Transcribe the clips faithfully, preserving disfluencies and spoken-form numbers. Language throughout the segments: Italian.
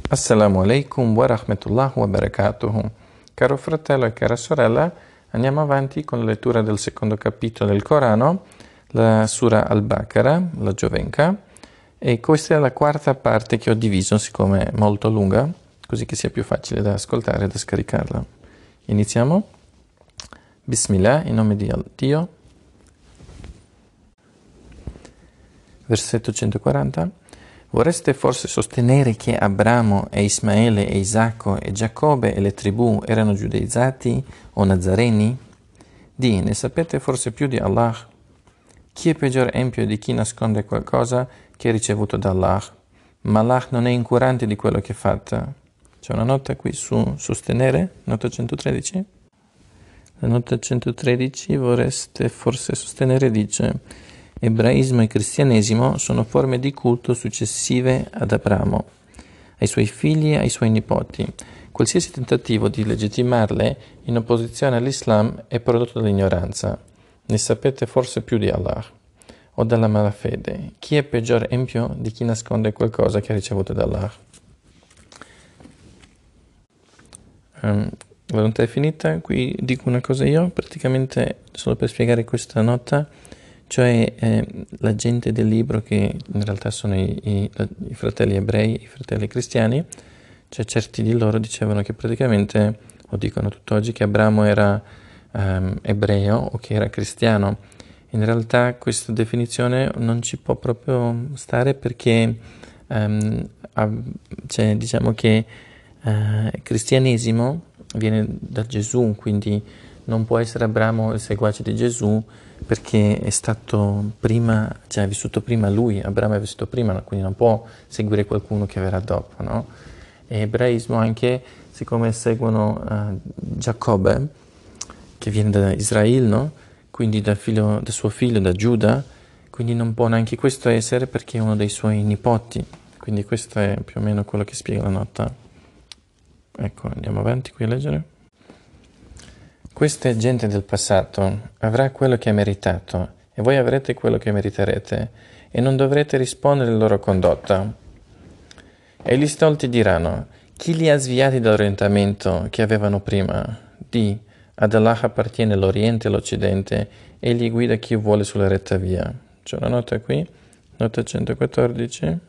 Assalamu alaikum wa rahmatullahi wa barakatuhu. Caro fratello e cara sorella, andiamo avanti con la lettura del secondo capitolo del Corano, la Sura Al-Baqarah, la Giovenca, e questa è la quarta parte che ho diviso, siccome è molto lunga, così che sia più facile da ascoltare e da scaricarla. Iniziamo. Bismillah, in nome di Dio. Versetto centoquaranta. Vorreste forse sostenere che Abramo e Ismaele e Isacco e Giacobbe e le tribù erano giudeizzati o nazareni? Di, ne sapete forse più di Allah? Chi è peggior empio di chi nasconde qualcosa che ha ricevuto da Allah? Ma Allah non è incurante di quello che fate. C'è una nota qui su sostenere, nota centotredici. La nota centotredici vorreste forse sostenere dice: Ebraismo e cristianesimo sono forme di culto successive ad Abramo, ai suoi figli e ai suoi nipoti. Qualsiasi tentativo di legittimarle in opposizione all'Islam è prodotto dall'ignoranza. Ne sapete forse più di Allah o dalla malafede. Chi è peggior empio di chi nasconde qualcosa che ha ricevuto da Allah? Um, la nota è finita, qui dico una cosa io, praticamente solo per spiegare questa nota. Cioè eh, la gente del libro, che in realtà sono i, i, i fratelli ebrei, i fratelli cristiani, cioè certi di loro dicevano che praticamente, o dicono tutt'oggi, che Abramo era um, ebreo o che era cristiano. In realtà questa definizione non ci può proprio stare perché um, cioè, diciamo che uh, il cristianesimo viene da Gesù, quindi non può essere Abramo il seguace di Gesù perché è stato prima, cioè ha vissuto prima lui, Abramo è vissuto prima, quindi non può seguire qualcuno che verrà dopo, no? E ebraismo anche, siccome seguono uh, Giacobbe, che viene da Israele, no? Quindi da, figlio, da suo figlio, da Giuda, quindi non può neanche questo essere perché è uno dei suoi nipoti, quindi questo è più o meno quello che spiega la nota. Ecco, andiamo avanti qui a leggere. Questa è gente del passato, avrà quello che ha meritato e voi avrete quello che meriterete e non dovrete rispondere alla loro condotta. E gli stolti diranno: chi li ha sviati dall'orientamento che avevano prima? Di, ad Allah appartiene l'Oriente e l'Occidente, egli guida chi vuole sulla retta via. C'è una nota qui, nota centoquattordici.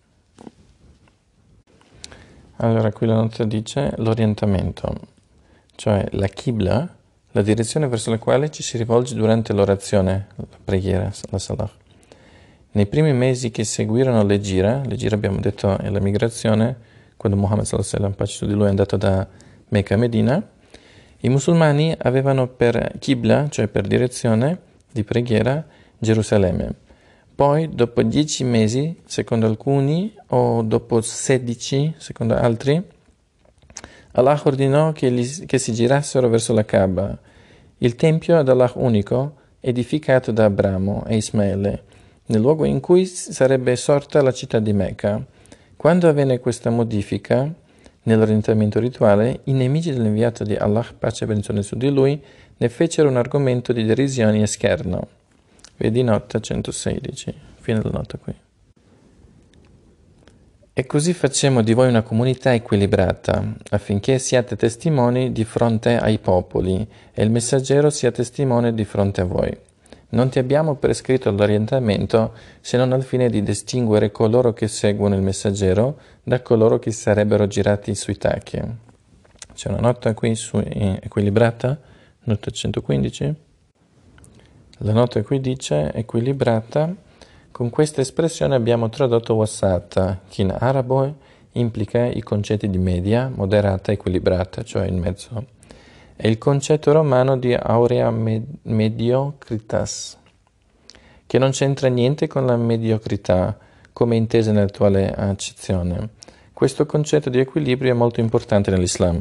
Allora qui la nota dice l'orientamento, cioè la Qibla, la direzione verso la quale ci si rivolge durante l'orazione, la preghiera, la salah. Nei primi mesi che seguirono l'Egira, l'Egira abbiamo detto è la migrazione, quando Muhammad sallallahu alaihi wasallam, pace su di lui, è andato da Mecca a Medina, i musulmani avevano per Qibla, cioè per direzione di preghiera, Gerusalemme. Poi, dopo dieci mesi, secondo alcuni, o dopo sedici, secondo altri, Allah ordinò che, gli, che si girassero verso la Kaaba, il tempio ad Allah unico, edificato da Abramo e Ismaele, nel luogo in cui sarebbe sorta la città di Mecca. Quando avvenne questa modifica nell'orientamento rituale, i nemici dell'inviato di Allah, pace e benedizione su di lui, ne fecero un argomento di derisione e scherno. Vedi nota centosedici, fine della nota qui. E così facciamo di voi una comunità equilibrata, affinché siate testimoni di fronte ai popoli e il messaggero sia testimone di fronte a voi. Non ti abbiamo prescritto l'orientamento se non al fine di distinguere coloro che seguono il messaggero da coloro che sarebbero girati sui tacchi. C'è una nota qui su equilibrata, nota centoquindici. La nota qui dice equilibrata. Con questa espressione abbiamo tradotto wasata, che in arabo implica i concetti di media, moderata, equilibrata, cioè in mezzo, e il concetto romano di aurea med- mediocritas, che non c'entra niente con la mediocrità, come intesa nell'attuale accezione. Questo concetto di equilibrio è molto importante nell'Islam.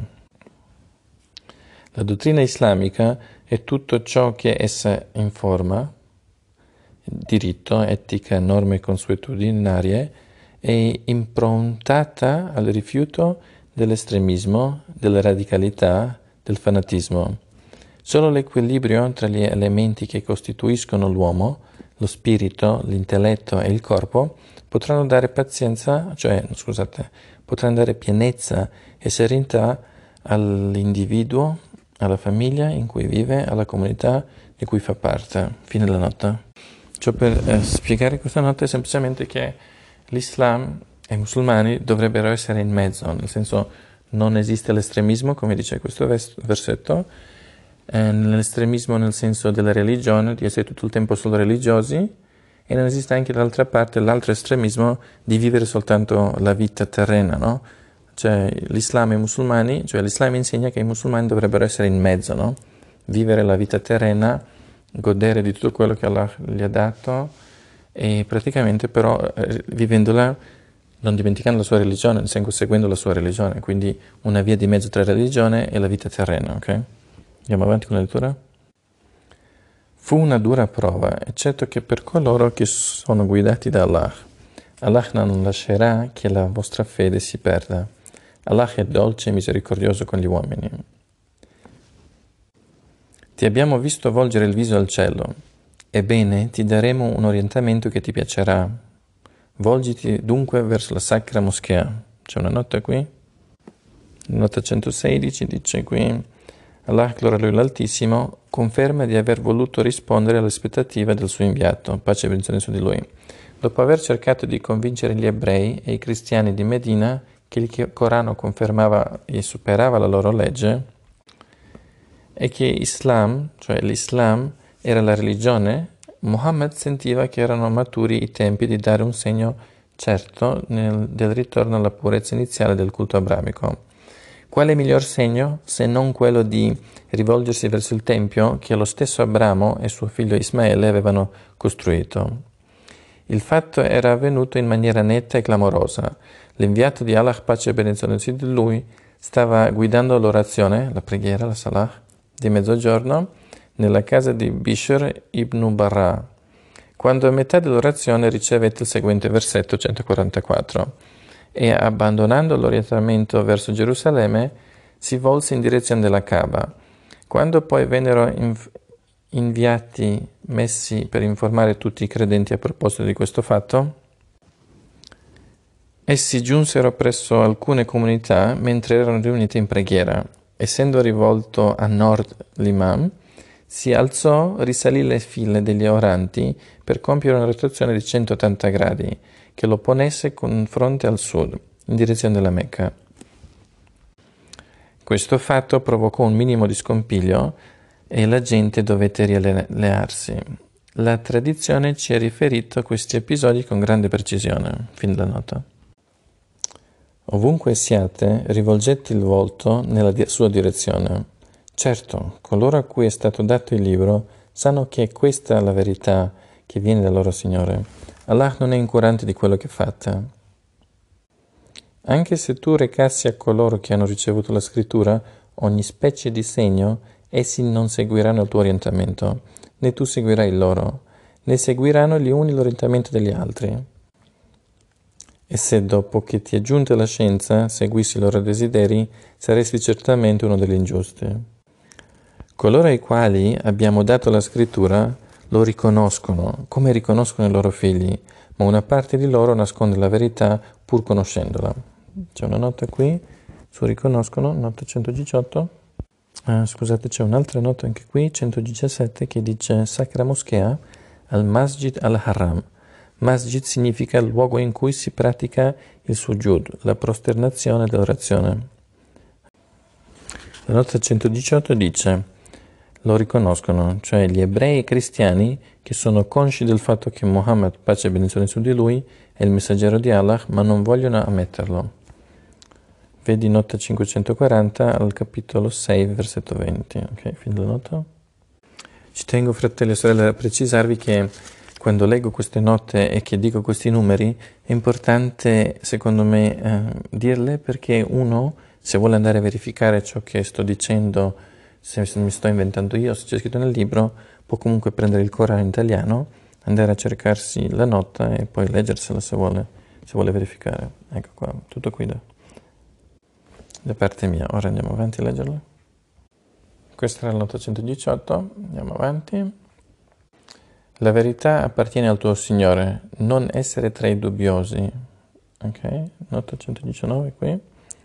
La dottrina islamica è tutto ciò che essa informa, diritto, etica, norme consuetudinarie, è improntata al rifiuto dell'estremismo, della radicalità, del fanatismo. Solo l'equilibrio tra gli elementi che costituiscono l'uomo, lo spirito, l'intelletto e il corpo, potranno dare pazienza, cioè, scusate, potrà dare pienezza e serenità all'individuo, alla famiglia in cui vive, alla comunità di cui fa parte. Fine della nota. Ciò per eh, spiegare questa nota è semplicemente che l'Islam e i musulmani dovrebbero essere in mezzo, nel senso non esiste l'estremismo, come dice questo vers- versetto, eh, l'estremismo nel senso della religione, di essere tutto il tempo solo religiosi, e non esiste anche dall'altra parte l'altro estremismo di vivere soltanto la vita terrena, no? Cioè l'Islam e i musulmani, cioè l'Islam insegna che i musulmani dovrebbero essere in mezzo, no? Vivere la vita terrena, godere di tutto quello che Allah gli ha dato e praticamente però eh, vivendola, non dimenticando la sua religione, nel senso seguendo la sua religione, quindi una via di mezzo tra religione e la vita terrena, ok? Andiamo avanti con la lettura. Fu una dura prova, eccetto che per coloro che sono guidati da Allah. Allah non lascerà che la vostra fede si perda. Allah è dolce e misericordioso con gli uomini. Ti abbiamo visto volgere il viso al cielo. Ebbene, ti daremo un orientamento che ti piacerà. Volgiti dunque verso la sacra moschea. C'è una nota qui? Nota centosedici dice qui: Allah, gloria a lui l'Altissimo, conferma di aver voluto rispondere alle aspettative del suo inviato, pace e benedizione su di lui. Dopo aver cercato di convincere gli ebrei e i cristiani di Medina che il Corano confermava e superava la loro legge e che Islam, cioè l'Islam, era la religione, Muhammad sentiva che erano maturi i tempi di dare un segno certo nel, del ritorno alla purezza iniziale del culto abramico. Quale miglior segno se non quello di rivolgersi verso il Tempio che lo stesso Abramo e suo figlio Ismaele avevano costruito? Il fatto era avvenuto in maniera netta e clamorosa. L'inviato di Allah, pace e benedizione su di lui, stava guidando l'orazione, la preghiera, la salah, di mezzogiorno nella casa di Bishr ibn Barra, quando a metà dell'orazione ricevette il seguente versetto centoquarantaquattro: e abbandonando l'orientamento verso Gerusalemme si volse in direzione della Kaaba. Quando poi vennero inv- inviati messi per informare tutti i credenti a proposito di questo fatto, essi giunsero presso alcune comunità mentre erano riunite in preghiera. Essendo rivolto a nord l'imam, si alzò, risalì le file degli oranti per compiere una rotazione di centottanta gradi, che lo ponesse con fronte al sud, in direzione della Mecca. Questo fatto provocò un minimo di scompiglio e la gente dovette riallinearsi. La tradizione ci ha riferito questi episodi con grande precisione. Fin della nota. Ovunque siate, rivolgete il volto nella di- sua direzione. Certo, coloro a cui è stato dato il libro sanno che è questa la verità che viene dal loro Signore. Allah non è incurante di quello che fate. Anche se tu recassi a coloro che hanno ricevuto la scrittura ogni specie di segno, essi non seguiranno il tuo orientamento, né tu seguirai il loro, né seguiranno gli uni l'orientamento degli altri. E se dopo che ti è giunta la scienza seguissi i loro desideri, saresti certamente uno degli ingiusti. Coloro ai quali abbiamo dato la scrittura lo riconoscono, come riconoscono i loro figli, ma una parte di loro nasconde la verità pur conoscendola. C'è una nota qui su riconoscono, nota centodiciotto. Ah, scusate, c'è un'altra nota anche qui, centodiciassette, che dice Sacra Moschea al Masjid al-Haram. Masjid significa il luogo in cui si pratica il sujud, la prosternazione dell'orazione. La nota centodiciotto dice: lo riconoscono, cioè gli ebrei e cristiani che sono consci del fatto che Muhammad, pace e benedizione su di lui, è il messaggero di Allah, ma non vogliono ammetterlo. Vedi nota cinquecentoquaranta al capitolo sei, versetto venti. Ok, fine della nota. Ci tengo, fratelli e sorelle, a precisarvi che quando leggo queste note e che dico questi numeri, è importante, secondo me, eh, dirle, perché uno, se vuole andare a verificare ciò che sto dicendo, se mi sto inventando io, se c'è scritto nel libro, può comunque prendere il Corano in italiano, andare a cercarsi la nota e poi leggersela se vuole, se vuole verificare. Ecco qua, tutto qui da, da parte mia. Ora andiamo avanti a leggerla. Questa era la nota centodiciotto, andiamo avanti. La verità appartiene al tuo Signore, non essere tra i dubbiosi. Ok, nota centodiciannove qui.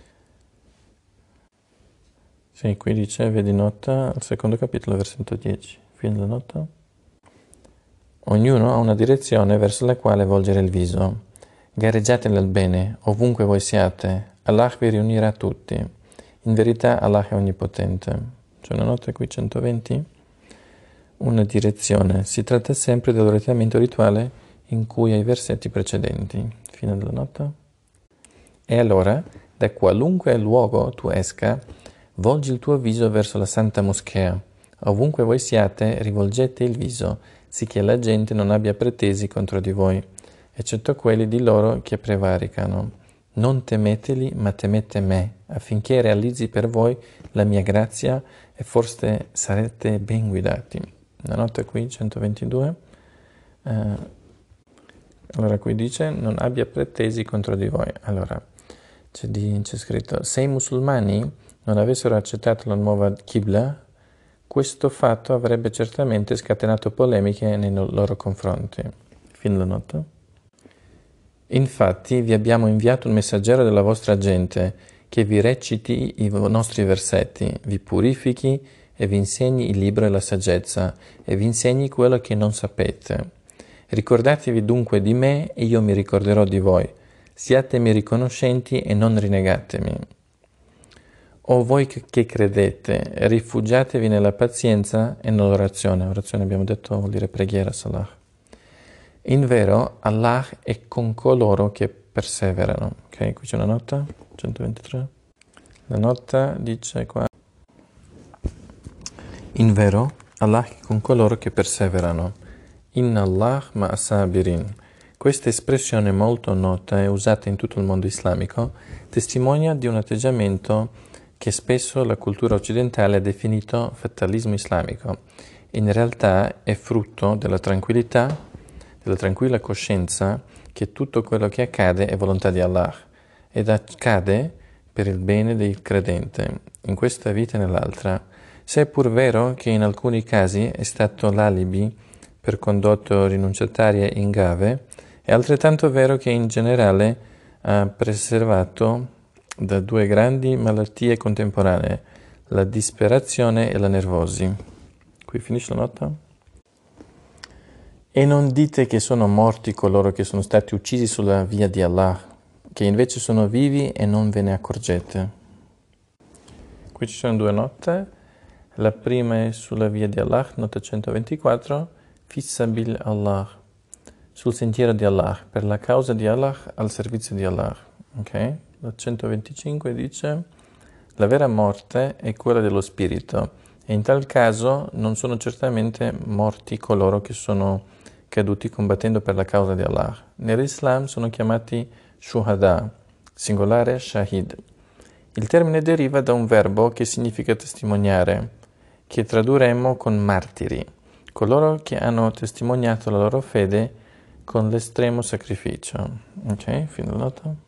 Sì, qui dice, vedi nota, al secondo capitolo, versetto dieci. Fine della nota. Ognuno ha una direzione verso la quale volgere il viso. Gareggiate nel bene, ovunque voi siate. Allah vi riunirà tutti. In verità Allah è onnipotente. C'è una nota qui, centoventi. Una direzione. Si tratta sempre dell'orientamento rituale in cui ai versetti precedenti. Fine della nota. E allora, da qualunque luogo tu esca, volgi il tuo viso verso la Santa Moschea. Ovunque voi siate, rivolgete il viso, sicché la gente non abbia pretesi contro di voi, eccetto quelli di loro che prevaricano. Non temeteli, ma temete me, affinché realizzi per voi la mia grazia e forse sarete ben guidati. La nota qui, centoventidue. Eh, allora qui dice, non abbia pretesi contro di voi. Allora, c'è, di, c'è scritto, se i musulmani non avessero accettato la nuova Qibla, questo fatto avrebbe certamente scatenato polemiche nei loro confronti. Fine della nota. Infatti vi abbiamo inviato un messaggero della vostra gente che vi reciti i nostri versetti, vi purifichi e vi insegni il libro e la saggezza e vi insegni quello che non sapete. Ricordatevi dunque di me e io mi ricorderò di voi. Siatemi riconoscenti e non rinnegatemi. O voi che credete, rifugiatevi nella pazienza e nell'orazione. Orazione abbiamo detto vuol dire preghiera, salah. In vero, Allah è con coloro che perseverano. Ok, qui c'è una nota, centoventitré. La nota dice qua. In vero, Allah è con coloro che perseverano. Inna Allah ma'asabirin. Questa espressione molto nota e usata in tutto il mondo islamico testimonia di un atteggiamento che spesso la cultura occidentale ha definito fatalismo islamico. In realtà è frutto della tranquillità, della tranquilla coscienza che tutto quello che accade è volontà di Allah ed accade per il bene del credente, in questa vita e nell'altra. Se è pur vero che in alcuni casi è stato l'alibi per condotte rinunciatarie ingave, è altrettanto vero che in generale ha preservato da due grandi malattie contemporanee, la disperazione e la nervosi. Qui finisce la nota. E non dite che sono morti coloro che sono stati uccisi sulla via di Allah, che invece sono vivi e non ve ne accorgete. Qui ci sono due note. La prima è sulla via di Allah, nota centoventiquattro, Fissabil Allah, sul sentiero di Allah, per la causa di Allah, al servizio di Allah. Ok? La centoventicinque dice, la vera morte è quella dello spirito, e in tal caso non sono certamente morti coloro che sono caduti combattendo per la causa di Allah. Nell'Islam sono chiamati shuhada, singolare shahid. Il termine deriva da un verbo che significa testimoniare, che tradurremmo con martiri, coloro che hanno testimoniato la loro fede con l'estremo sacrificio. Ok, fine della nota.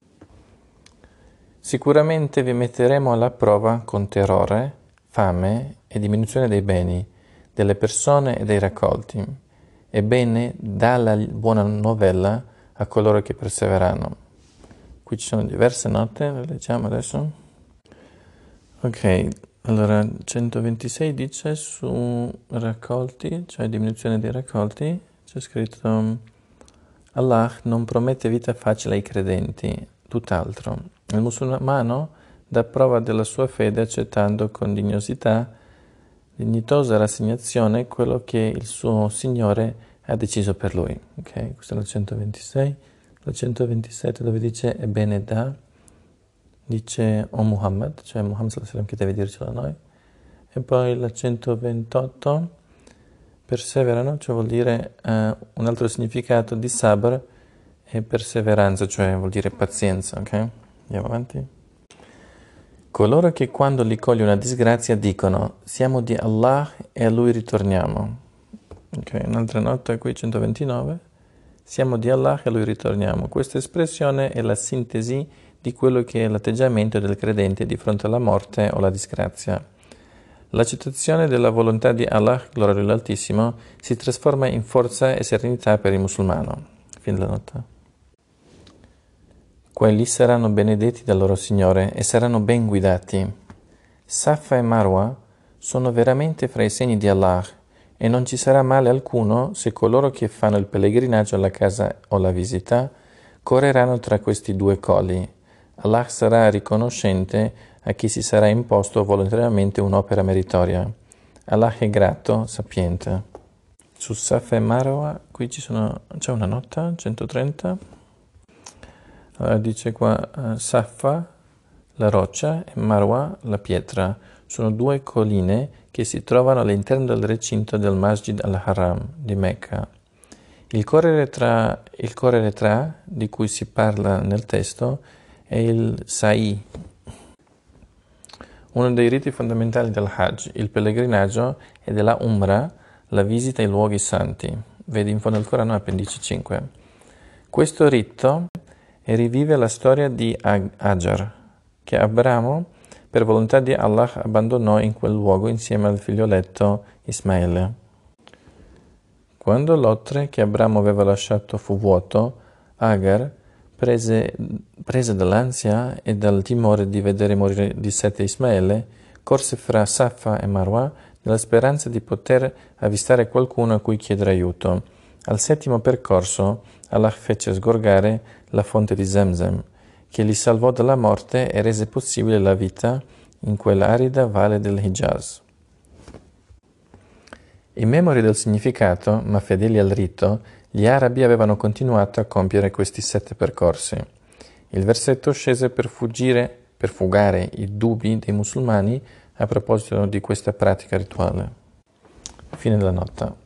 Sicuramente vi metteremo alla prova con terrore, fame e diminuzione dei beni, delle persone e dei raccolti. Ebbene, dà la buona novella a coloro che perseverano. Qui ci sono diverse note, le leggiamo adesso. Ok, allora centoventisei dice su raccolti, cioè diminuzione dei raccolti, c'è scritto Allah non promette vita facile ai credenti, tutt'altro. Il musulmano dà prova della sua fede accettando con dignosità, dignitosa rassegnazione quello che il suo Signore ha deciso per lui. Ok, questo è il centoventisei. La centoventisette dove dice ebbene da, dice o Muhammad, cioè Muhammad sallallahu alaihi wasallam che deve dircelo a noi. E poi la centoventotto, perseverano, cioè vuol dire uh, un altro significato di sabr e perseveranza, cioè vuol dire pazienza, ok? Andiamo avanti. Coloro che quando li coglie una disgrazia dicono siamo di Allah e a Lui ritorniamo. Ok, un'altra nota qui, centoventinove. Siamo di Allah e a Lui ritorniamo. Questa espressione è la sintesi di quello che è l'atteggiamento del credente di fronte alla morte o alla disgrazia. L'accettazione della volontà di Allah, gloria all'Altissimo, si trasforma in forza e serenità per il musulmano. Fine della nota. quelli saranno benedetti dal loro Signore e saranno ben guidati. Safa e Marwa sono veramente fra i segni di Allah e non ci sarà male alcuno se coloro che fanno il pellegrinaggio alla casa o la visita correranno tra questi due colli. Allah sarà riconoscente a chi si sarà imposto volontariamente un'opera meritoria. Allah è grato, sapiente. Su Safa e Marwa, qui ci sono, c'è una nota, centotrenta. Allora dice qua uh, Safa, la roccia, e Marwa, la pietra. Sono due colline che si trovano all'interno del recinto del Masjid al-Haram di Mecca. Il correre tra, il correre tra, di cui si parla nel testo, è il Sa'i, uno dei riti fondamentali del Hajj, il pellegrinaggio, e della Umrah, la visita ai luoghi santi. Vedi in fondo al Corano, appendice cinque. Questo rito rivive la storia di Hajar, che Abramo, per volontà di Allah, abbandonò in quel luogo insieme al figlioletto Ismaele. Quando l'otre che Abramo aveva lasciato fu vuoto, Hagar, prese, prese dall'ansia e dal timore di vedere morire di sete Ismaele, corse fra Safa e Marwa nella speranza di poter avvistare qualcuno a cui chiedere aiuto. Al settimo percorso, Allah fece sgorgare la fonte di Zemzem, che li salvò dalla morte e rese possibile la vita in quell'arida valle del Hijaz. In memoria del significato, ma fedeli al rito, gli arabi avevano continuato a compiere questi sette percorsi. Il versetto scese per fuggire, per fugare i dubbi dei musulmani a proposito di questa pratica rituale. Fine della nota.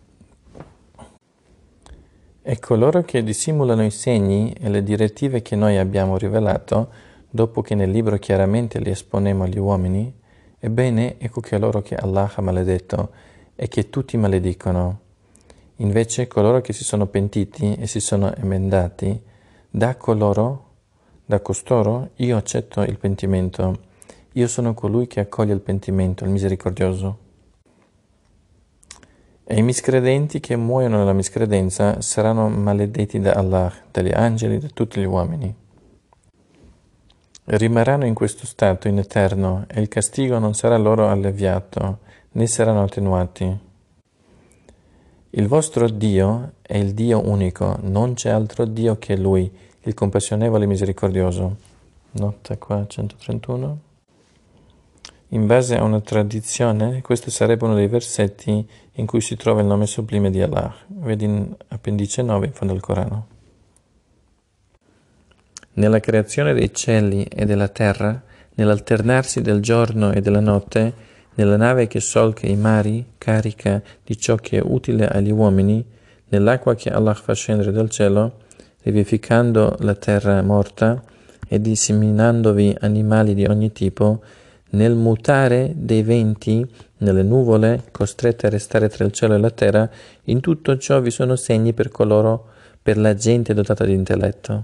E coloro che dissimulano i segni e le direttive che noi abbiamo rivelato, dopo che nel libro chiaramente li esponemmo agli uomini, ebbene, ecco che loro che Allah ha maledetto e che tutti maledicono. Invece coloro che si sono pentiti e si sono emendati, da coloro, da costoro, io accetto il pentimento. Io sono colui che accoglie il pentimento, il misericordioso. E i miscredenti che muoiono nella miscredenza saranno maledetti da Allah, dagli angeli e da tutti gli uomini. Rimarranno in questo stato in eterno e il castigo non sarà loro alleviato, né saranno attenuati. Il vostro Dio è il Dio unico, non c'è altro Dio che Lui, il compassionevole e misericordioso. Nota qua centotrentuno. In base a una tradizione, questo sarebbe uno dei versetti in cui si trova il nome sublime di Allah. Vedi in appendice nove in fondo al Corano. Nella creazione dei cieli e della terra, nell'alternarsi del giorno e della notte, nella nave che solca i mari, carica di ciò che è utile agli uomini, nell'acqua che Allah fa scendere dal cielo, vivificando la terra morta e disseminandovi animali di ogni tipo, nel mutare dei venti, nelle nuvole, costrette a restare tra il cielo e la terra, in tutto ciò vi sono segni per coloro, per la gente dotata di intelletto.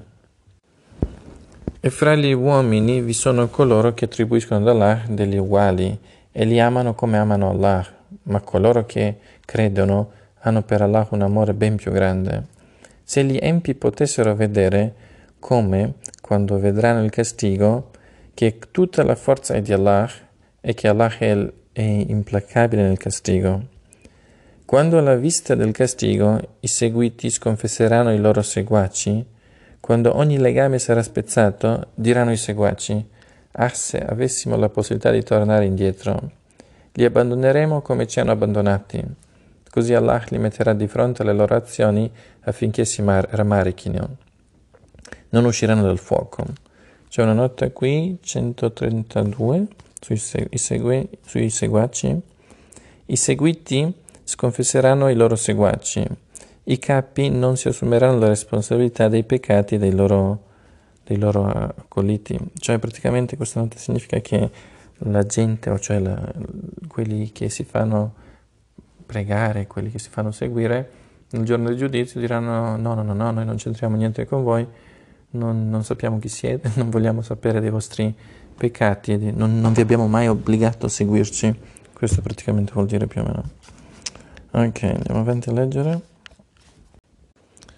E fra gli uomini vi sono coloro che attribuiscono ad Allah degli uguali e li amano come amano Allah, ma coloro che credono hanno per Allah un amore ben più grande. Se gli empi potessero vedere come, quando vedranno il castigo, che tutta la forza è di Allah e che Allah è, è implacabile nel castigo. Quando alla vista del castigo i seguiti sconfesseranno i loro seguaci, quando ogni legame sarà spezzato, diranno i seguaci: ah, se avessimo la possibilità di tornare indietro, li abbandoneremo come ci hanno abbandonati. Così Allah li metterà di fronte alle loro azioni affinché si rammarichino. Non usciranno dal fuoco. C'è una nota qui, centotrentadue, sui, segui, sui seguaci. I seguiti sconfesseranno i loro seguaci. I capi non si assumeranno la responsabilità dei peccati dei loro, dei loro accoliti. Cioè praticamente questa nota significa che la gente, o cioè la, quelli che si fanno pregare, quelli che si fanno seguire, nel giorno del giudizio diranno no, no, no, no, noi non c'entriamo niente con voi, Non, non sappiamo chi siete, non vogliamo sapere dei vostri peccati, non, non vi abbiamo mai obbligato a seguirci. Questo praticamente vuol dire più o meno. Ok, andiamo avanti a leggere.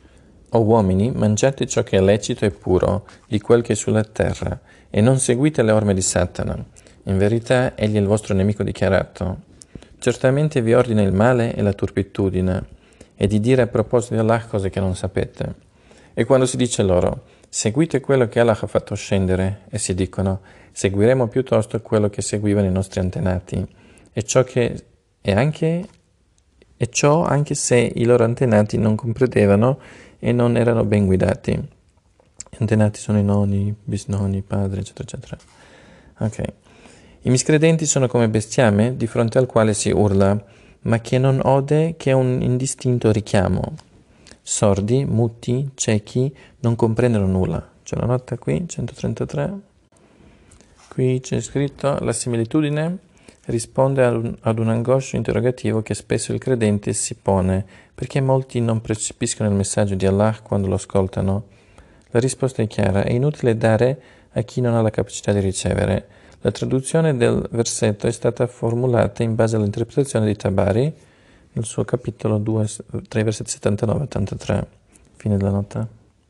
O uomini, mangiate ciò che è lecito e puro, di quel che è sulla terra, e non seguite le orme di Satana. In verità, egli è il vostro nemico dichiarato. Certamente vi ordina il male e la turpitudine, e di dire a proposito di Allah cose che non sapete. E quando si dice loro, seguite quello che Allah ha fatto scendere, essi dicono, seguiremo piuttosto quello che seguivano i nostri antenati, e ciò che è anche e ciò anche se i loro antenati non comprendevano e non erano ben guidati. Gli antenati sono i nonni, bisnonni, padri, eccetera, eccetera. Ok. I miscredenti sono come bestiame di fronte al quale si urla, ma che non ode che un indistinto richiamo. Sordi, muti, ciechi, non comprendono nulla. C'è la nota qui, centotrentatré. Qui c'è scritto la similitudine risponde ad un, ad un angoscio interrogativo che spesso il credente si pone, perché molti non percepiscono il messaggio di Allah quando lo ascoltano. La risposta è chiara, è inutile dare a chi non ha la capacità di ricevere. La traduzione del versetto è stata formulata in base all'interpretazione di Tabari, nel suo capitolo due, tra i versetti settantanove e ottantatré. Fine della nota.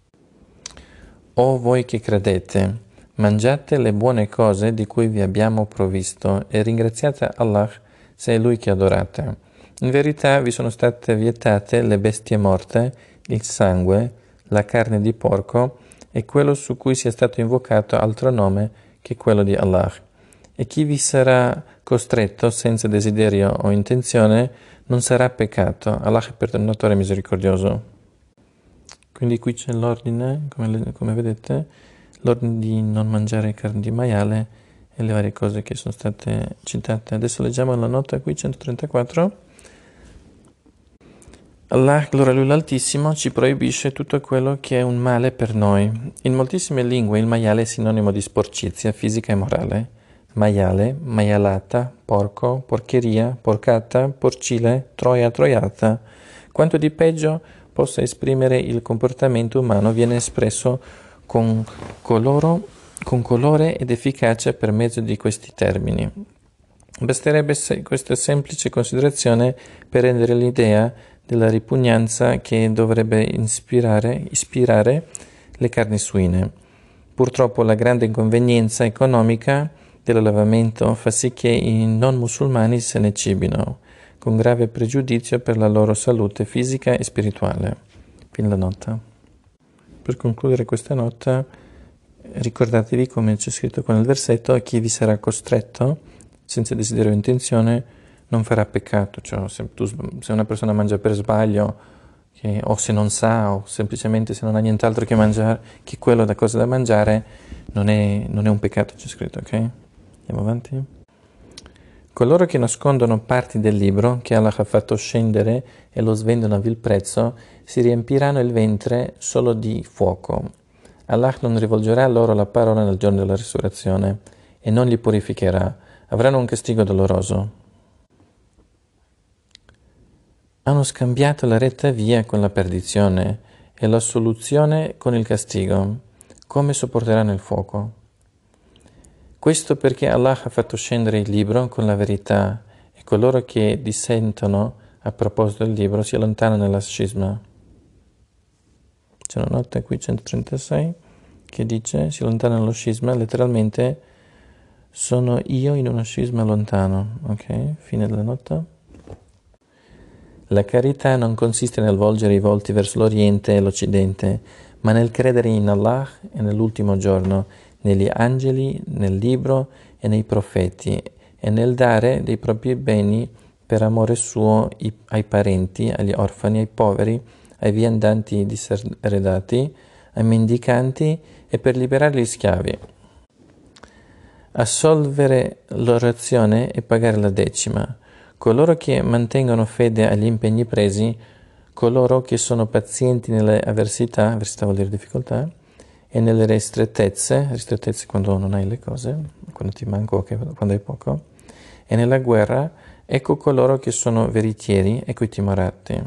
O voi che credete, mangiate le buone cose di cui vi abbiamo provvisto e ringraziate Allah se è Lui che adorate. In verità vi sono state vietate le bestie morte, il sangue, la carne di porco e quello su cui sia stato invocato altro nome che quello di Allah. E chi vi sarà costretto senza desiderio o intenzione non sarà peccato. Allah è perdonatore e misericordioso. Quindi qui c'è l'ordine, come, come vedete, l'ordine di non mangiare carne di maiale e le varie cose che sono state citate. Adesso leggiamo la nota qui, centotrentaquattro. Allah, gloria a Lui l'Altissimo, ci proibisce tutto quello che è un male per noi. In moltissime lingue il maiale è sinonimo di sporcizia fisica e morale. Maiale, maialata, porco, porcheria, porcata, porcile, troia, troiata. Quanto di peggio possa esprimere il comportamento umano viene espresso con, coloro, con colore ed efficacia per mezzo di questi termini. Basterebbe se questa semplice considerazione per rendere l'idea della ripugnanza che dovrebbe ispirare, ispirare le carni suine. Purtroppo la grande inconvenienza economica dell'allevamento fa sì che i non musulmani se ne cibino, con grave pregiudizio per la loro salute fisica e spirituale. Fine la nota. Per concludere questa nota, ricordatevi come c'è scritto qua nel versetto, a chi vi sarà costretto, senza desiderio o intenzione, non farà peccato. Cioè, se, tu, se una persona mangia per sbaglio, che, o se non sa, o semplicemente se non ha nient'altro che mangiare, che quello da cosa da mangiare, non è, non è un peccato, c'è scritto, ok? Andiamo avanti. Coloro che nascondono parti del libro che Allah ha fatto scendere e lo svendono a vil prezzo, si riempiranno il ventre solo di fuoco. Allah non rivolgerà loro la parola nel giorno della risurrezione e non li purificherà. Avranno un castigo doloroso. Hanno scambiato la retta via con la perdizione e la soluzione con il castigo. Come sopporteranno il fuoco? Questo perché Allah ha fatto scendere il libro con la verità e coloro che dissentono a proposito del libro si allontanano nella scisma. C'è una nota qui, centotrentasei, che dice si allontanano nello scisma, letteralmente sono io in uno scisma lontano. Ok, fine della nota. La carità non consiste nel volgere i volti verso l'Oriente e l'Occidente, ma nel credere in Allah e nell'ultimo giorno, negli angeli, nel libro e nei profeti, e nel dare dei propri beni per amore suo ai parenti, agli orfani, ai poveri, ai viandanti diseredati, ai mendicanti e per liberare gli schiavi. Assolvere l'orazione e pagare la decima. Coloro che mantengono fede agli impegni presi, coloro che sono pazienti nelle avversità, avversità vuol dire difficoltà, e nelle ristrettezze, ristrettezze quando non hai le cose, quando ti manco o quando hai poco, e nella guerra, ecco coloro che sono veritieri, ecco i timorati.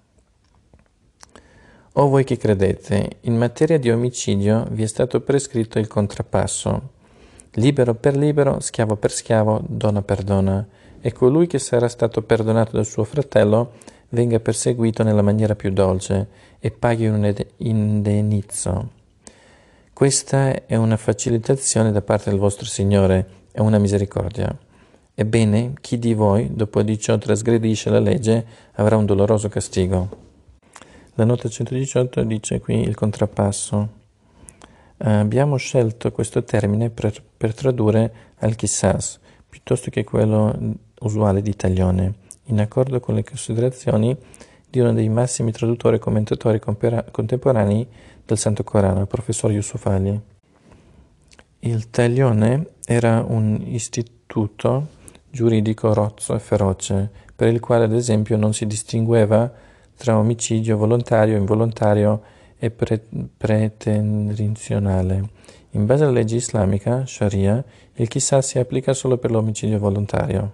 O voi che credete, in materia di omicidio vi è stato prescritto il contrappasso, libero per libero, schiavo per schiavo, donna per donna, e colui che sarà stato perdonato dal suo fratello venga perseguito nella maniera più dolce e paghi un indennizzo. Questa è una facilitazione da parte del vostro Signore, è una misericordia. Ebbene, chi di voi, dopo di ciò, trasgredisce la legge, avrà un doloroso castigo. La nota centodiciotto dice qui il contrappasso. Eh, abbiamo scelto questo termine per, per tradurre al-Qisas, piuttosto che quello usuale di taglione, in accordo con le considerazioni di uno dei massimi traduttori e commentatori contemporanei del Santo Corano, il professor Yusuf Ali. Il taglione era un istituto giuridico rozzo e feroce, per il quale ad esempio non si distingueva tra omicidio volontario, involontario e pre- pretenzionale. In base alla legge islamica, Sharia, il Qisas si applica solo per l'omicidio volontario.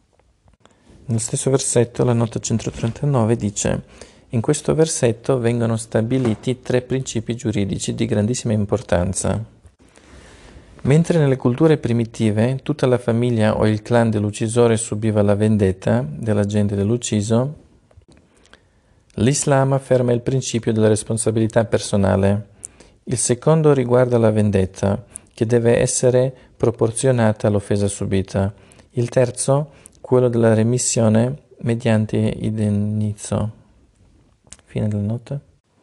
Nel stesso versetto, la nota centotrentanove dice: in questo versetto vengono stabiliti tre principi giuridici di grandissima importanza. Mentre nelle culture primitive tutta la famiglia o il clan dell'uccisore subiva la vendetta dell'agente dell'ucciso, l'Islam afferma il principio della responsabilità personale. Il secondo riguarda la vendetta, che deve essere proporzionata all'offesa subita. Il terzo, quello della remissione mediante indennizzo. Fine della nota.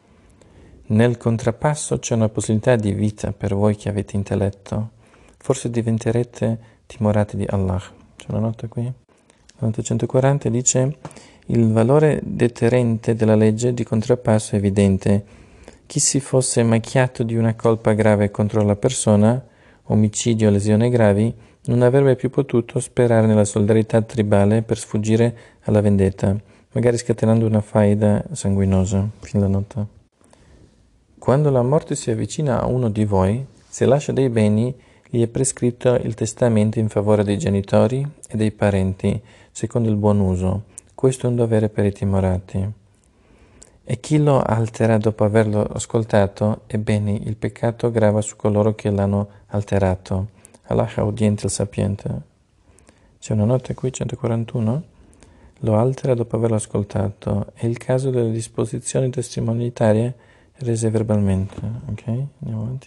Nel contrappasso c'è una possibilità di vita per voi che avete intelletto. Forse diventerete timorati di Allah. C'è una nota qui. La nota centoquaranta dice: il valore deterrente della legge di contrappasso è evidente. Chi si fosse macchiato di una colpa grave contro la persona, omicidio o lesioni gravi, non avrebbe più potuto sperare nella solidarietà tribale per sfuggire alla vendetta, magari scatenando una faida sanguinosa. Fine della nota. Quando la morte si avvicina a uno di voi, se lascia dei beni, gli è prescritto il testamento in favore dei genitori e dei parenti, secondo il buon uso. Questo è un dovere per i timorati. E chi lo altera dopo averlo ascoltato, ebbene il peccato grava su coloro che l'hanno alterato. Allah è audiente e sapiente. C'è una nota qui, centoquarantuno. Lo altera dopo averlo ascoltato. È il caso delle disposizioni testimonietarie rese verbalmente. Ok? Andiamo avanti.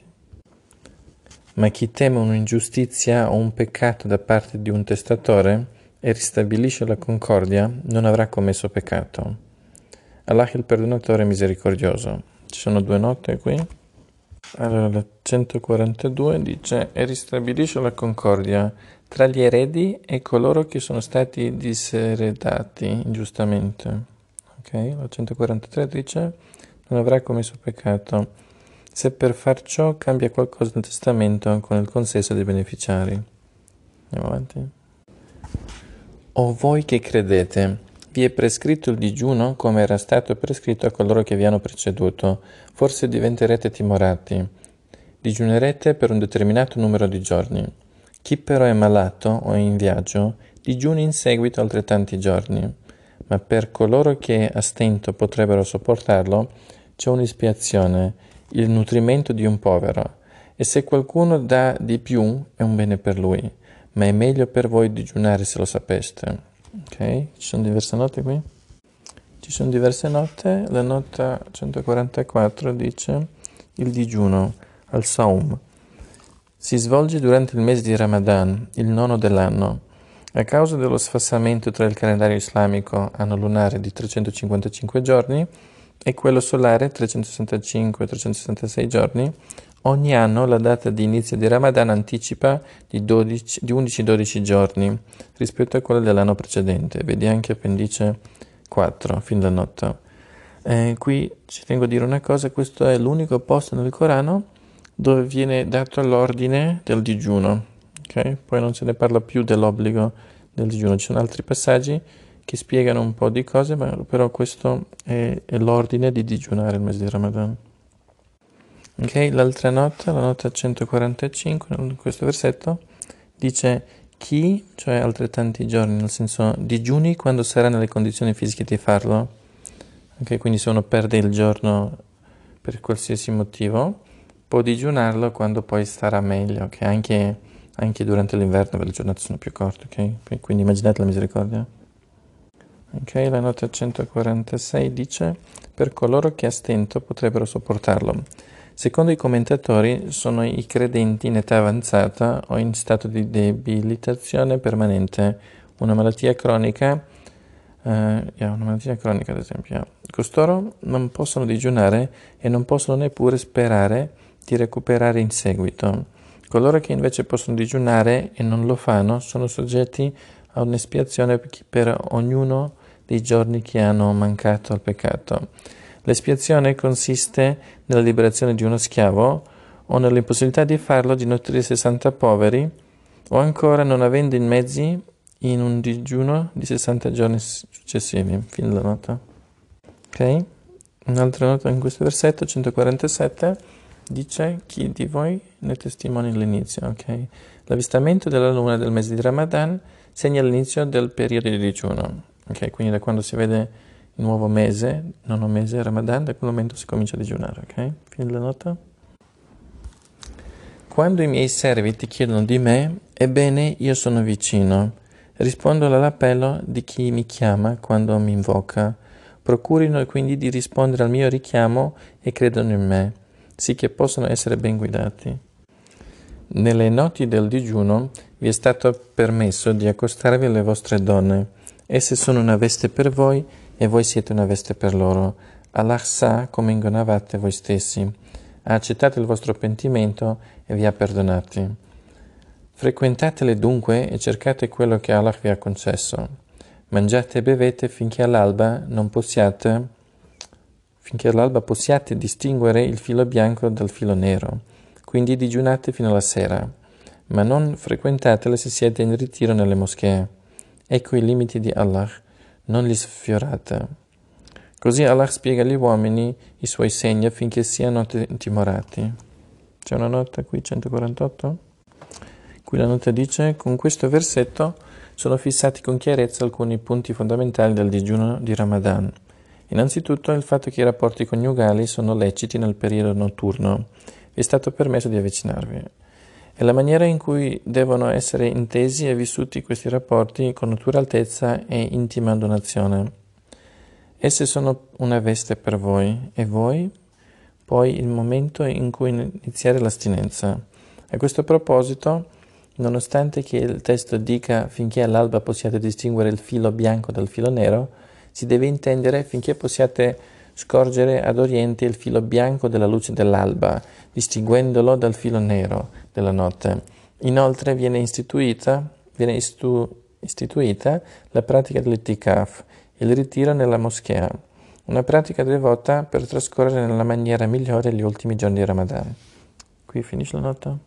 Ma chi teme un'ingiustizia o un peccato da parte di un testatore e ristabilisce la concordia non avrà commesso peccato. Allah è il perdonatore misericordioso. Ci sono due note qui. Allora, la centoquarantadue dice: e ristabilisce la concordia tra gli eredi e coloro che sono stati diseredati ingiustamente. Ok? La centoquarantatré dice: non avrà commesso peccato, se per far ciò cambia qualcosa nel testamento con il consenso dei beneficiari. Andiamo avanti. O voi che credete, vi è prescritto il digiuno come era stato prescritto a coloro che vi hanno preceduto, forse diventerete timorati. Digiunerete per un determinato numero di giorni. Chi però è malato o è in viaggio, digiuni in seguito altrettanti giorni. Ma per coloro che a stento potrebbero sopportarlo, c'è un'espiazione, il nutrimento di un povero. E se qualcuno dà di più, è un bene per lui, ma è meglio per voi digiunare se lo sapeste. Ok, ci sono diverse note qui? Ci sono diverse note. La nota centoquarantaquattro dice: il digiuno, al-Saum, si svolge durante il mese di Ramadan, il nono dell'anno. A causa dello sfassamento tra il calendario islamico anno lunare di trecentocinquantacinque giorni e quello solare trecentosessantacinque trecentosessantasei giorni, ogni anno la data di inizio di Ramadan anticipa di, dodici, di undici dodici giorni rispetto a quella dell'anno precedente. Vedi anche appendice quattro, fin da nota. Eh, qui ci tengo a dire una cosa: questo è l'unico posto nel Corano dove viene dato l'ordine del digiuno. Okay? Poi non se ne parla più dell'obbligo del digiuno. Ci sono altri passaggi che spiegano un po' di cose, ma però questo è, è l'ordine di digiunare il mese di Ramadan. Ok, l'altra nota, la nota centoquarantacinque, in questo versetto, dice: chi, cioè altrettanti giorni, nel senso digiuni quando sarà nelle condizioni fisiche di farlo. Ok, quindi se uno perde il giorno per qualsiasi motivo, può digiunarlo quando poi starà meglio, ok? Anche, anche durante l'inverno, le giornate sono più corte, ok? Quindi immaginate la misericordia. Ok, la nota centoquarantasei dice: per coloro che a stento potrebbero sopportarlo. Secondo i commentatori sono i credenti in età avanzata o in stato di debilitazione permanente, una malattia cronica, eh, yeah, una malattia cronica ad esempio. Yeah. Costoro non possono digiunare e non possono neppure sperare di recuperare in seguito. Coloro che invece possono digiunare e non lo fanno sono soggetti a un'espiazione per ognuno dei giorni che hanno mancato al peccato. L'espiazione consiste nella liberazione di uno schiavo o nell'impossibilità di farlo di nutrire sessanta poveri o ancora non avendo in mezzi in un digiuno di sessanta giorni successivi. Fine della nota. Ok? Un'altra nota in questo versetto, centoquarantasette, dice: chi di voi ne testimonia l'inizio? Ok? L'avvistamento della luna del mese di Ramadan segna l'inizio del periodo di digiuno. Ok? Quindi da quando si vede il nuovo mese, nono mese, Ramadan, da quel momento si comincia a digiunare. Ok? Fine della nota. Quando i miei servi ti chiedono di me, ebbene io sono vicino. Rispondo all'appello di chi mi chiama quando mi invoca. Procurino quindi di rispondere al mio richiamo e credono in me, sì che possano essere ben guidati. Nelle notti del digiuno vi è stato permesso di accostarvi alle vostre donne. Esse sono una veste per voi e voi siete una veste per loro. Allah sa come ingannavate voi stessi. Ha accettato il vostro pentimento e vi ha perdonati. Frequentatele dunque e cercate quello che Allah vi ha concesso. Mangiate e bevete finché all'alba non possiate, finché all'alba possiate distinguere il filo bianco dal filo nero. Quindi digiunate fino alla sera, ma non frequentatele se siete in ritiro nelle moschee. Ecco i limiti di Allah, non li sfiorate. Così Allah spiega agli uomini i suoi segni affinché siano timorati. C'è una nota qui, centoquarantotto? Qui la nota dice: con questo versetto sono fissati con chiarezza alcuni punti fondamentali del digiuno di Ramadan. Innanzitutto il fatto che i rapporti coniugali sono leciti nel periodo notturno. Vi è stato permesso di avvicinarvi. E la maniera in cui devono essere intesi e vissuti questi rapporti con natura altezza e intima donazione. Esse sono una veste per voi, e voi, poi il momento in cui iniziare l'astinenza. A questo proposito, nonostante che il testo dica finché all'alba possiate distinguere il filo bianco dal filo nero, si deve intendere finché possiate scorgere ad oriente il filo bianco della luce dell'alba, distinguendolo dal filo nero della notte. Inoltre viene istituita, viene istu, istituita la pratica dell'itikaf, il ritiro nella moschea, una pratica devota per trascorrere nella maniera migliore gli ultimi giorni di Ramadan. Qui finisce la nota.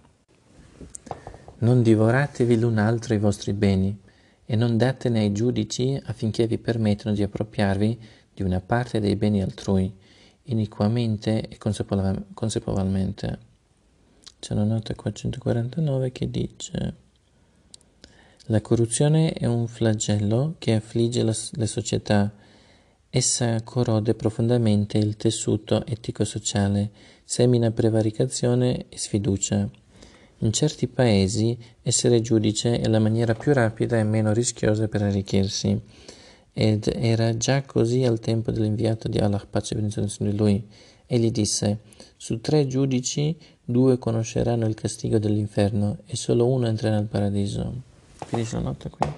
Non divoratevi l'un altro i vostri beni, e non datene ai giudici affinché vi permettano di appropriarvi di una parte dei beni altrui, iniquamente e consapevolmente. C'è una nota qua centoquarantanove che dice: la corruzione è un flagello che affligge la, le società. Essa corrode profondamente il tessuto etico-sociale, semina prevaricazione e sfiducia. In certi paesi essere giudice è la maniera più rapida e meno rischiosa per arricchirsi, ed era già così al tempo dell'inviato di Allah, pace e benedizione su di lui. Egli disse: su tre giudici due conosceranno il castigo dell'inferno e solo uno entrerà nel paradiso. Finisce la nota qui.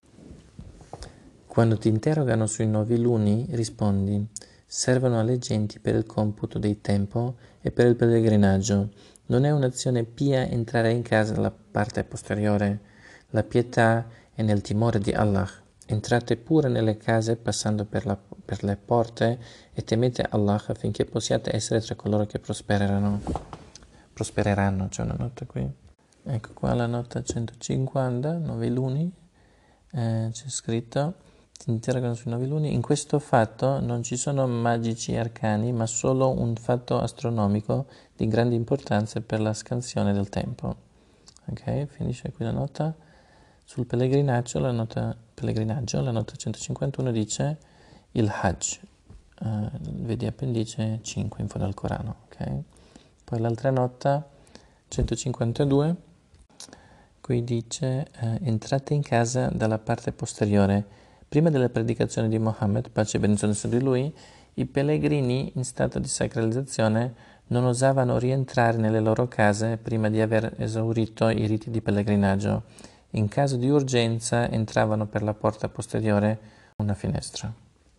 Quando ti interrogano sui nuovi luni, rispondi: servono alle genti per il computo dei tempo e per il pellegrinaggio. Non è un'azione pia entrare in casa dalla parte posteriore. La pietà è nel timore di Allah. Entrate pure nelle case passando per, la, per le porte e temete Allah affinché possiate essere tra coloro che prospereranno. Prospereranno, c'è una nota qui. Ecco qua la nota centocinquanta, nuovi luni. Eh, c'è scritto: ti interrogano sui nuovi luni. In questo fatto non ci sono magici arcani, ma solo un fatto astronomico di grande importanza per la scansione del tempo. Ok, finisce qui la nota. Sul pellegrinaggio, la nota, pellegrinaggio, la nota centocinquantuno dice il Hajj. Uh, vedi appendice cinque in fondo al Corano. Okay? Poi l'altra nota, centocinquantadue, qui dice uh, entrate in casa dalla parte posteriore, Prima della predicazione di Mohammed, pace e benedizione su di lui, i pellegrini in stato di sacralizzazione non osavano rientrare nelle loro case prima di aver esaurito i riti di pellegrinaggio. In caso di urgenza entravano per la porta posteriore, una finestra.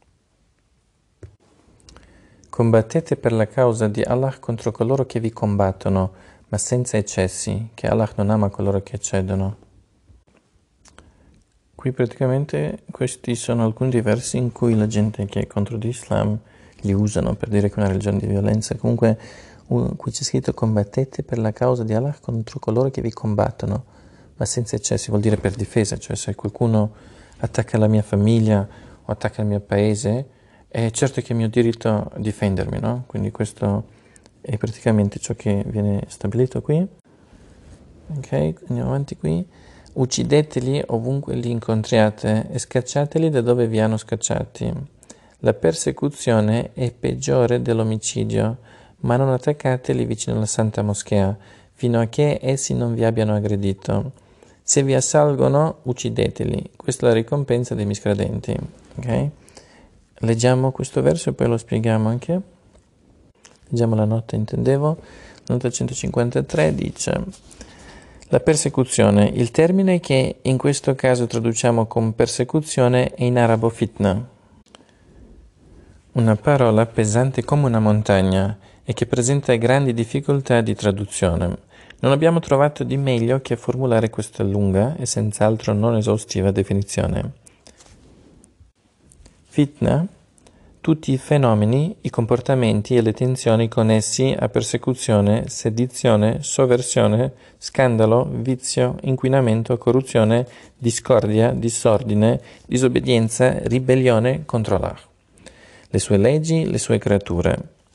Combattete per la causa di Allah contro coloro che vi combattono, ma senza eccessi, che Allah non ama coloro che eccedono. Qui praticamente questi sono alcuni dei versi in cui la gente che è contro l'Islam li usano per dire che è una religione di violenza. Comunque uh, qui c'è scritto combattete per la causa di Allah contro coloro che vi combattono, ma senza eccessi, vuol dire per difesa, cioè se qualcuno attacca la mia famiglia o attacca il mio paese, è certo che è mio diritto difendermi, no? Quindi questo è praticamente ciò che viene stabilito qui. Ok, andiamo avanti qui. Uccideteli ovunque li incontriate e scacciateli da dove vi hanno scacciati. La persecuzione è peggiore dell'omicidio, ma non attaccateli vicino alla Santa Moschea, fino a che essi non vi abbiano aggredito. Se vi assalgono, uccideteli. Questa è la ricompensa dei miscredenti. Okay? Leggiamo questo verso e poi lo spieghiamo anche. Leggiamo la nota, intendevo. La nota centocinquantatré dice: la persecuzione, il termine che in questo caso traduciamo con persecuzione è in arabo fitna, una parola pesante come una montagna e che presenta grandi difficoltà di traduzione. Non abbiamo trovato di meglio che formulare questa lunga e senz'altro non esaustiva definizione. Fitna, tutti i fenomeni, i comportamenti e le tensioni connessi a persecuzione, sedizione, sovversione, scandalo, vizio, inquinamento, corruzione, discordia, disordine, disobbedienza, ribellione contro Allah, le sue leggi, le sue creature.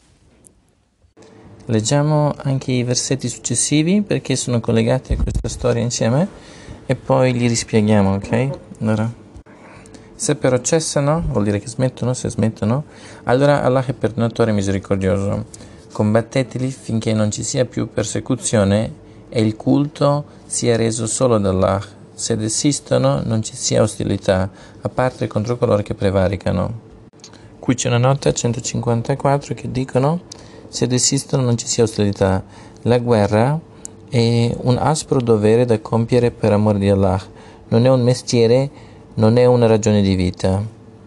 Leggiamo anche i versetti successivi perché sono collegati a questa storia insieme e poi li rispieghiamo, ok? Allora. Se però cessano, vuol dire che smettono, se smettono, allora Allah è perdonatore e misericordioso. Combatteteli finché non ci sia più persecuzione e il culto sia reso solo da Allah. Se desistono non ci sia ostilità, a parte contro coloro che prevaricano. Qui c'è una nota centocinquantaquattro che dicono: se desistono non ci sia ostilità. La guerra è un aspro dovere da compiere per amore di Allah. Non è un mestiere, non è una ragione di vita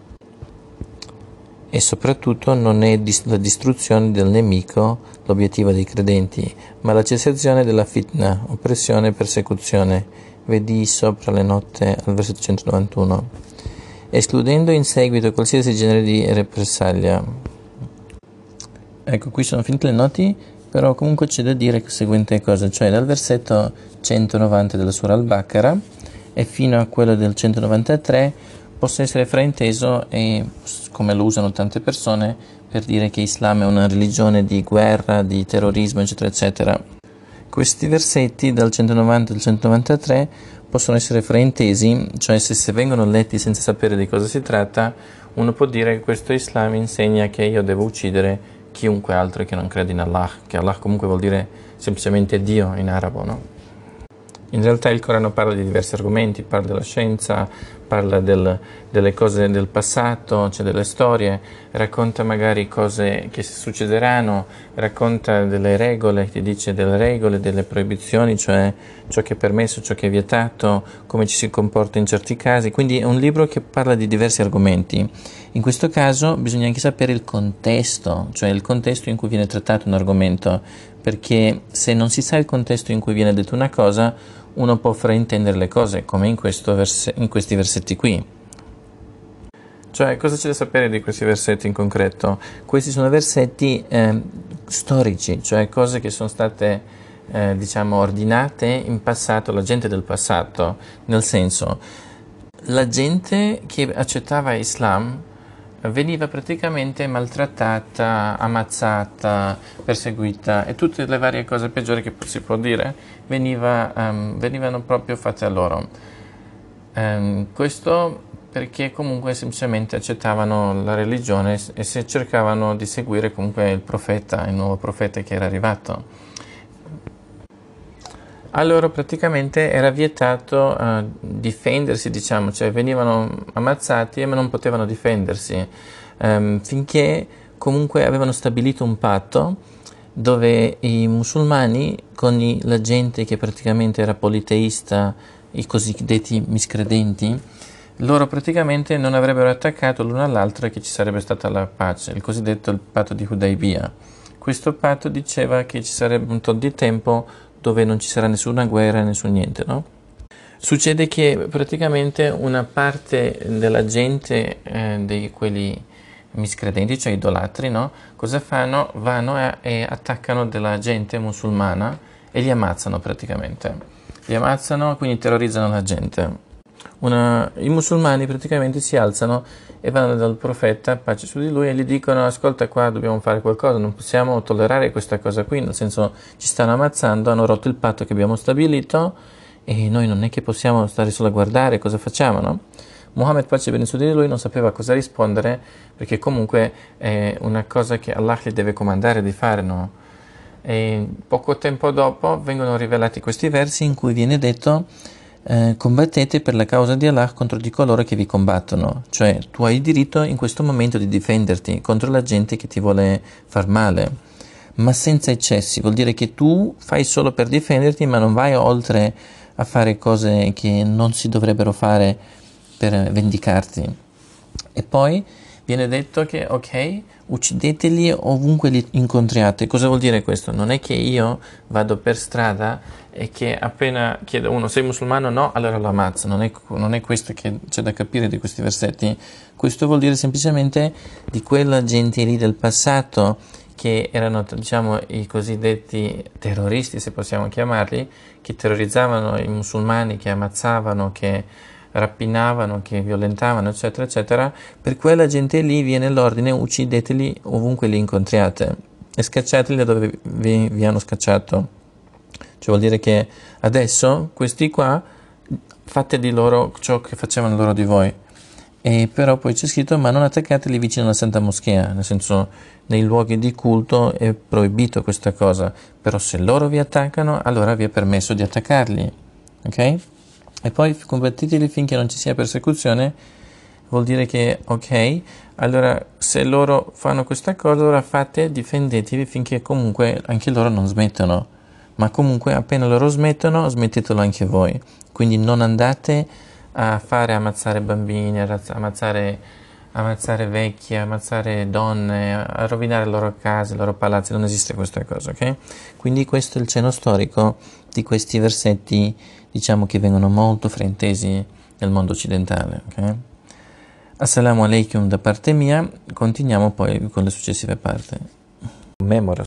e soprattutto non è la distruzione del nemico l'obiettivo dei credenti, ma la cessazione della fitna, oppressione e persecuzione. Vedi sopra le note al versetto centonovantuno. Escludendo in seguito qualsiasi genere di represaglia. Ecco, qui sono finite le note, però comunque c'è da dire la seguente cosa, cioè dal versetto centonovanta della Sura Al-Baqarah e fino a quello del centonovantatré possa essere frainteso, e come lo usano tante persone, per dire che Islam è una religione di guerra, di terrorismo, eccetera, eccetera. Questi versetti dal centonovanta al centonovantatré possono essere fraintesi, cioè se, se vengono letti senza sapere di cosa si tratta, uno può dire che questo Islam insegna che io devo uccidere chiunque altro che non crede in Allah, che Allah comunque vuol dire semplicemente Dio in arabo, no? In realtà il Corano parla di diversi argomenti, parla della scienza, parla del, delle cose del passato, cioè delle storie, racconta magari cose che succederanno, racconta delle regole, ti dice delle regole, delle proibizioni, cioè ciò che è permesso, ciò che è vietato, come ci si comporta in certi casi. Quindi è un libro che parla di diversi argomenti. In questo caso bisogna anche sapere il contesto, cioè il contesto in cui viene trattato un argomento, perché se non si sa il contesto in cui viene detto una cosa, uno può fraintendere le cose, come in, questo verse- in questi versetti qui. Cioè, cosa c'è da sapere di questi versetti in concreto? Questi sono versetti eh, storici, cioè cose che sono state, eh, diciamo, ordinate in passato, la gente del passato, nel senso, la gente che accettava Islam veniva praticamente maltrattata, ammazzata, perseguita e tutte le varie cose peggiori che si può dire veniva, um, venivano proprio fatte a loro. Um, questo perché comunque semplicemente accettavano la religione e se cercavano di seguire comunque il profeta, il nuovo profeta che era arrivato. A loro praticamente era vietato uh, difendersi, diciamo, cioè venivano ammazzati ma non potevano difendersi, um, finché comunque avevano stabilito un patto dove i musulmani con i, la gente che praticamente era politeista, i cosiddetti miscredenti, loro praticamente non avrebbero attaccato l'uno all'altro e che ci sarebbe stata la pace, il cosiddetto il patto di Hudaybiyah. Questo patto diceva che ci sarebbe un tot di tempo dove non ci sarà nessuna guerra, nessun niente, no? Succede che praticamente una parte della gente, eh, di quelli miscredenti, cioè idolatri, no? Cosa fanno? Vanno e, e attaccano della gente musulmana e li ammazzano praticamente. Li ammazzano, quindi terrorizzano la gente. Una, I musulmani praticamente si alzano e vanno dal profeta, pace su di lui, e gli dicono: ascolta, qua dobbiamo fare qualcosa, non possiamo tollerare questa cosa qui, nel senso ci stanno ammazzando, hanno rotto il patto che abbiamo stabilito e noi non è che possiamo stare solo a guardare, cosa facciamo, no? Muhammad, pace bene su di lui, non sapeva cosa rispondere, perché comunque è una cosa che Allah gli deve comandare di fare, no? E poco tempo dopo vengono rivelati questi versi in cui viene detto: Eh, combattete per la causa di Allah contro di coloro che vi combattono, cioè tu hai il diritto in questo momento di difenderti contro la gente che ti vuole far male, ma senza eccessi. Vuol dire che tu fai solo per difenderti, ma non vai oltre a fare cose che non si dovrebbero fare per vendicarti. E poi viene detto che ok, uccideteli ovunque li incontriate. Cosa vuol dire questo? Non è che io vado per strada e che appena chiedo a uno sei musulmano, no, allora lo ammazzo. Non è, non è questo che c'è da capire di questi versetti. Questo vuol dire semplicemente di quella gente lì del passato che erano, diciamo, i cosiddetti terroristi, se possiamo chiamarli, che terrorizzavano i musulmani, che ammazzavano, che rapinavano, che violentavano, eccetera, eccetera. Per quella gente lì viene l'ordine: uccideteli ovunque li incontriate e scacciateli da dove vi, vi hanno scacciato. Cioè vuol dire che adesso questi qua fate di loro ciò che facevano loro di voi. E però poi c'è scritto: ma non attaccateli vicino alla Santa Moschea, nel senso nei luoghi di culto è proibito questa cosa, però se loro vi attaccano allora vi è permesso di attaccarli, ok? E poi combatteteli finché non ci sia persecuzione. Vuol dire che ok, allora se loro fanno questa cosa, allora fate, difendetevi finché comunque anche loro non smettono, ma comunque appena loro smettono, smettetelo anche voi. Quindi non andate a fare ammazzare bambini, a ammazzare, ammazzare vecchi, ammazzare donne, a rovinare le loro case, i loro palazzi. Non esiste questa cosa, ok? Quindi questo è il cenno storico di questi versetti, diciamo, che vengono molto fraintesi nel mondo occidentale, ok? Assalamu alaikum da parte mia, continuiamo poi con le successive parti. Memora